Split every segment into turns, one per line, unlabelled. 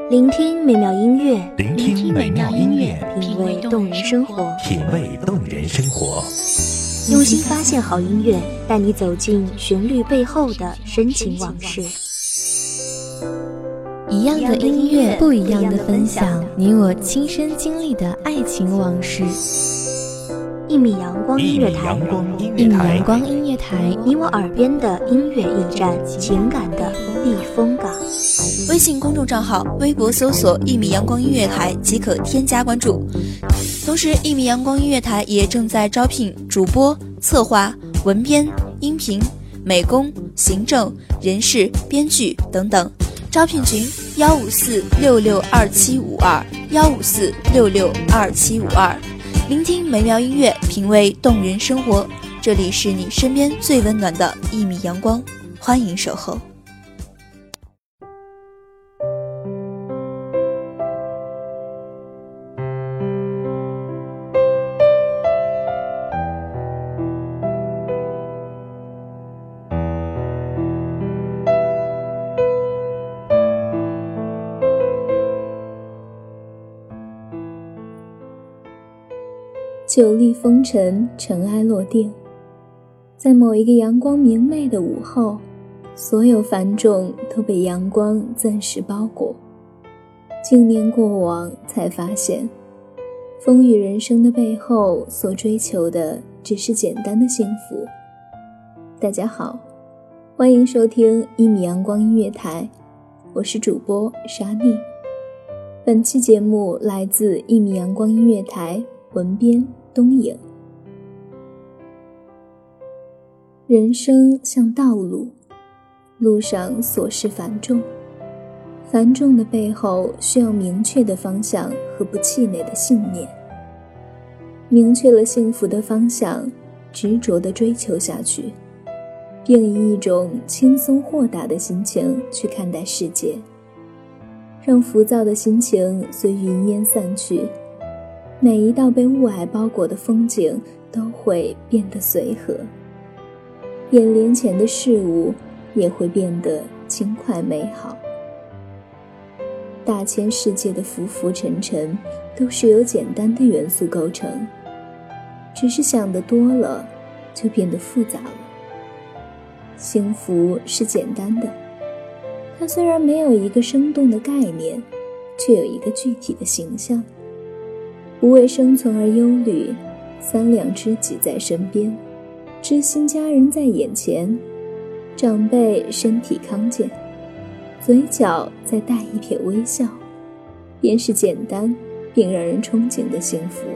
聆听美妙音乐，
聆听美妙音乐，
品味动人生活，
品味动人生活。
用心发现好音乐，带你走进旋律背后的深情往事。
一样的音乐，不一样的分享，你我亲身经历的爱情往事。
一米阳光音乐台，
一米阳光音乐台，
你我耳边的音乐驿站，情感的避风港。
微信公众账号、微博搜索一米阳光音乐台即可添加关注。同时，一米阳光音乐台也正在招聘主播、策划、文编、音频、美工、行政、人事、编剧等等。招聘群154662752，154662752。聆听美妙音乐，品味动人生活。这里是你身边最温暖的一米阳光，欢迎守候。
酒力风尘，尘埃落定，在某一个阳光明媚的午后，所有繁重都被阳光暂时包裹。经年过往，才发现风雨人生的背后所追求的只是简单的幸福。大家好，欢迎收听一米阳光音乐台，我是主播沙妮。本期节目来自一米阳光音乐台，文编东影。人生像道路，路上琐事繁重，繁重的背后需要明确的方向和不气馁的信念。明确了幸福的方向，执着地追求下去，并以一种轻松豁达的心情去看待世界，让浮躁的心情随云烟散去，每一道被雾霭包裹的风景都会变得随和，眼帘前的事物也会变得轻快美好。大千世界的浮浮沉沉都是由简单的元素构成，只是想得多了就变得复杂了。幸福是简单的，它虽然没有一个生动的概念，却有一个具体的形象。不为生存而忧虑，三两知己在身边，知心家人在眼前，长辈身体康健，嘴角再带一撇微笑，便是简单并让人憧憬的幸福。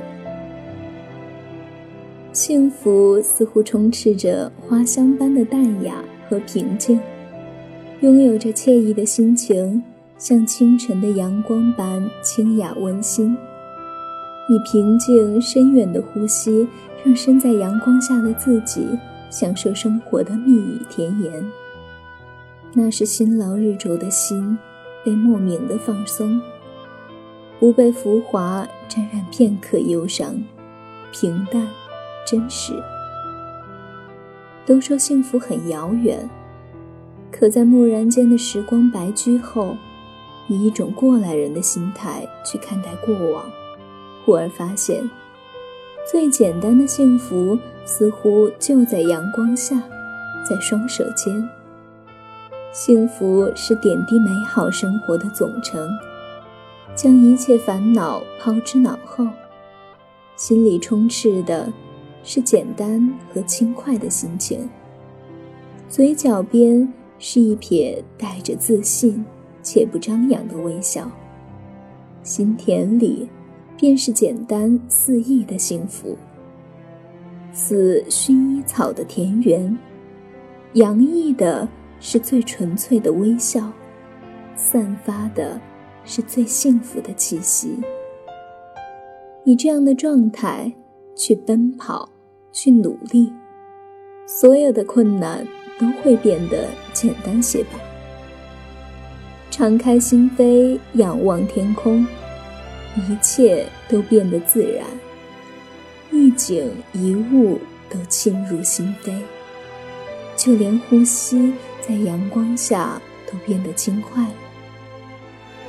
幸福似乎充斥着花香般的淡雅和平静，拥有着惬意的心情，像清晨的阳光般清雅温馨。以平静深远的呼吸，让身在阳光下的自己享受生活的蜜语甜言。那是辛劳日灼的心被莫名的放松，不被浮华沾染片刻忧伤，平淡真实。都说幸福很遥远，可在蓦然间的时光白驹后，以一种过来人的心态去看待过往，忽而发现，最简单的幸福似乎就在阳光下，在双手间。幸福是点滴美好生活的总成，将一切烦恼抛之脑后，心里充斥的是简单和轻快的心情，嘴角边是一撇带着自信且不张扬的微笑，心田里便是简单肆意的幸福。似薰衣草的田园，洋溢的是最纯粹的微笑，散发的是最幸福的气息。以这样的状态去奔跑，去努力，所有的困难都会变得简单些吧。敞开心扉，仰望天空，一切都变得自然，一景一物都沁入心扉，就连呼吸在阳光下都变得轻快了。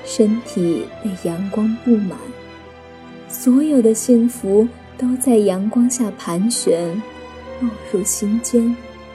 身体被阳光布满，所有的幸福都在阳光下盘旋，落入心间。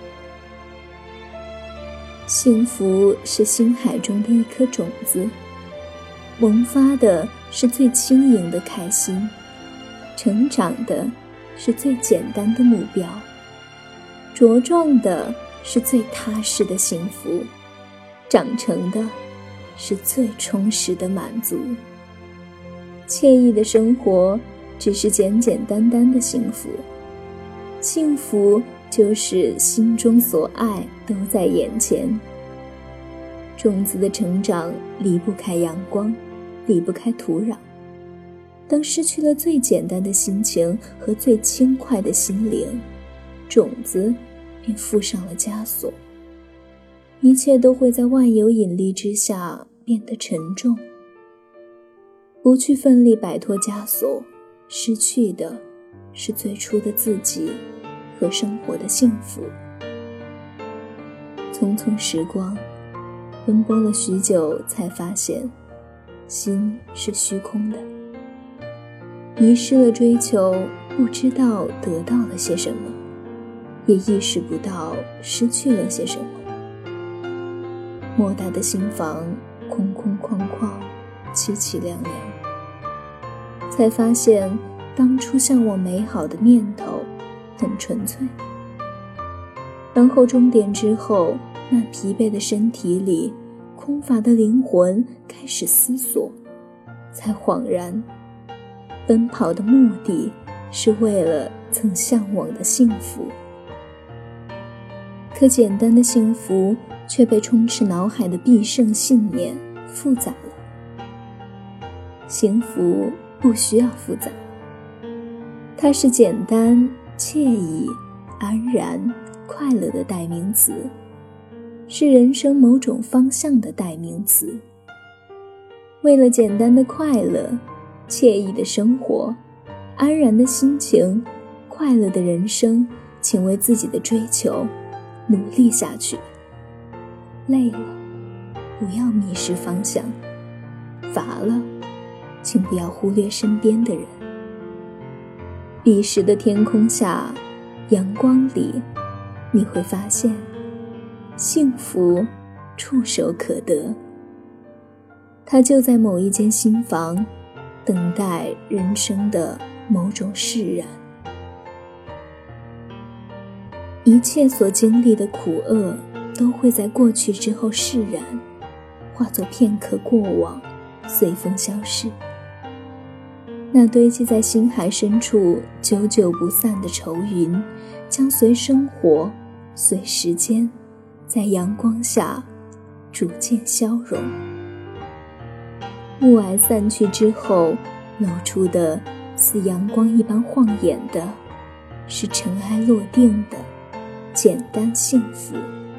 幸福是心海中的一颗种子，萌发的是最轻盈的开心，成长的是最简单的目标，茁壮的是最踏实的幸福，长成的是最充实的满足。惬意的生活只是简简单单的幸福，幸福就是心中所爱都在眼前。种子的成长离不开阳光，离不开土壤。当失去了最简单的心情和最轻快的心灵，种子便附上了枷锁，一切都会在万有引力之下变得沉重。不去奋力摆脱枷锁，失去的是最初的自己和生活的幸福。匆匆时光，奔波了许久，才发现心是虚空的，迷失了追求，不知道得到了些什么，也意识不到失去了些什么。莫大的心房空空旷旷，凄凄凉凉，才发现当初向往美好的念头很纯粹。然后终点之后，那疲惫的身体里，空乏的灵魂开始思索，才恍然，奔跑的目的是为了曾向往的幸福。可简单的幸福却被充斥脑海的必胜信念复杂了。幸福不需要复杂，它是简单、惬意、安然、快乐的代名词，是人生某种方向的代名词。为了简单的快乐、惬意的生活、安然的心情、快乐的人生，请为自己的追求努力下去。累了，不要迷失方向；乏了，请不要忽略身边的人。彼时的天空下，阳光里，你会发现，幸福触手可得。它就在某一间心房，等待人生的某种释然。一切所经历的苦厄都会在过去之后释然，化作片刻过往，随风消逝。那堆积在心海深处久久不散的愁云，将随生活，随时间，在阳光下逐渐消融。雾霭散去之后，露出的似阳光一般晃眼的，是尘埃落定的简单幸福。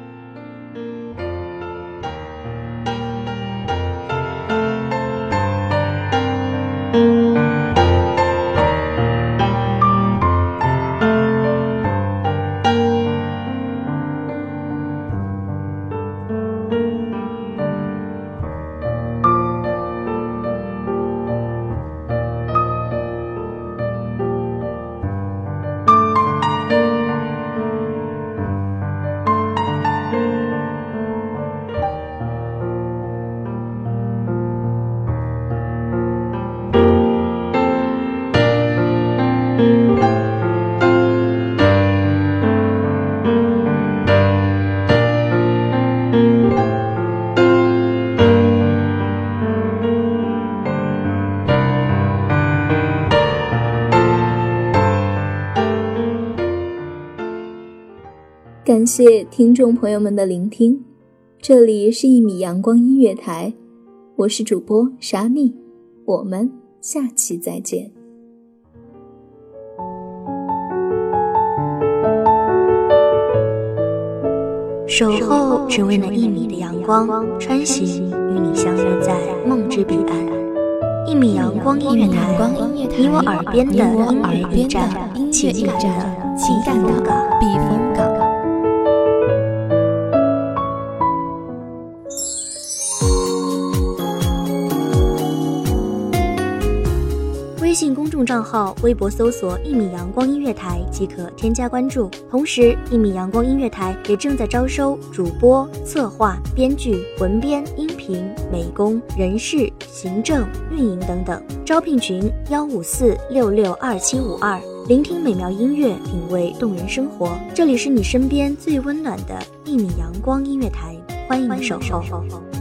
感谢听众朋友们的聆听，这里是1米阳光音乐台，我是主播沙蜜，我们下期再见。
守候只为那1米的阳光，穿行与你相约在梦之彼岸。1米阳光音乐台，你我耳边的音乐驿站，情感的避风港。 微信公众账号、微博搜索“1米阳光音乐台”即可添加关注。同时，1米阳光音乐台也正在招收主播、策划、编剧、文编、音频、美工、人事、行政、运营等等。招聘群154662752。聆听美妙音乐，品味动人生活。这里是你身边最温暖的1米阳光音乐台，欢迎你守候。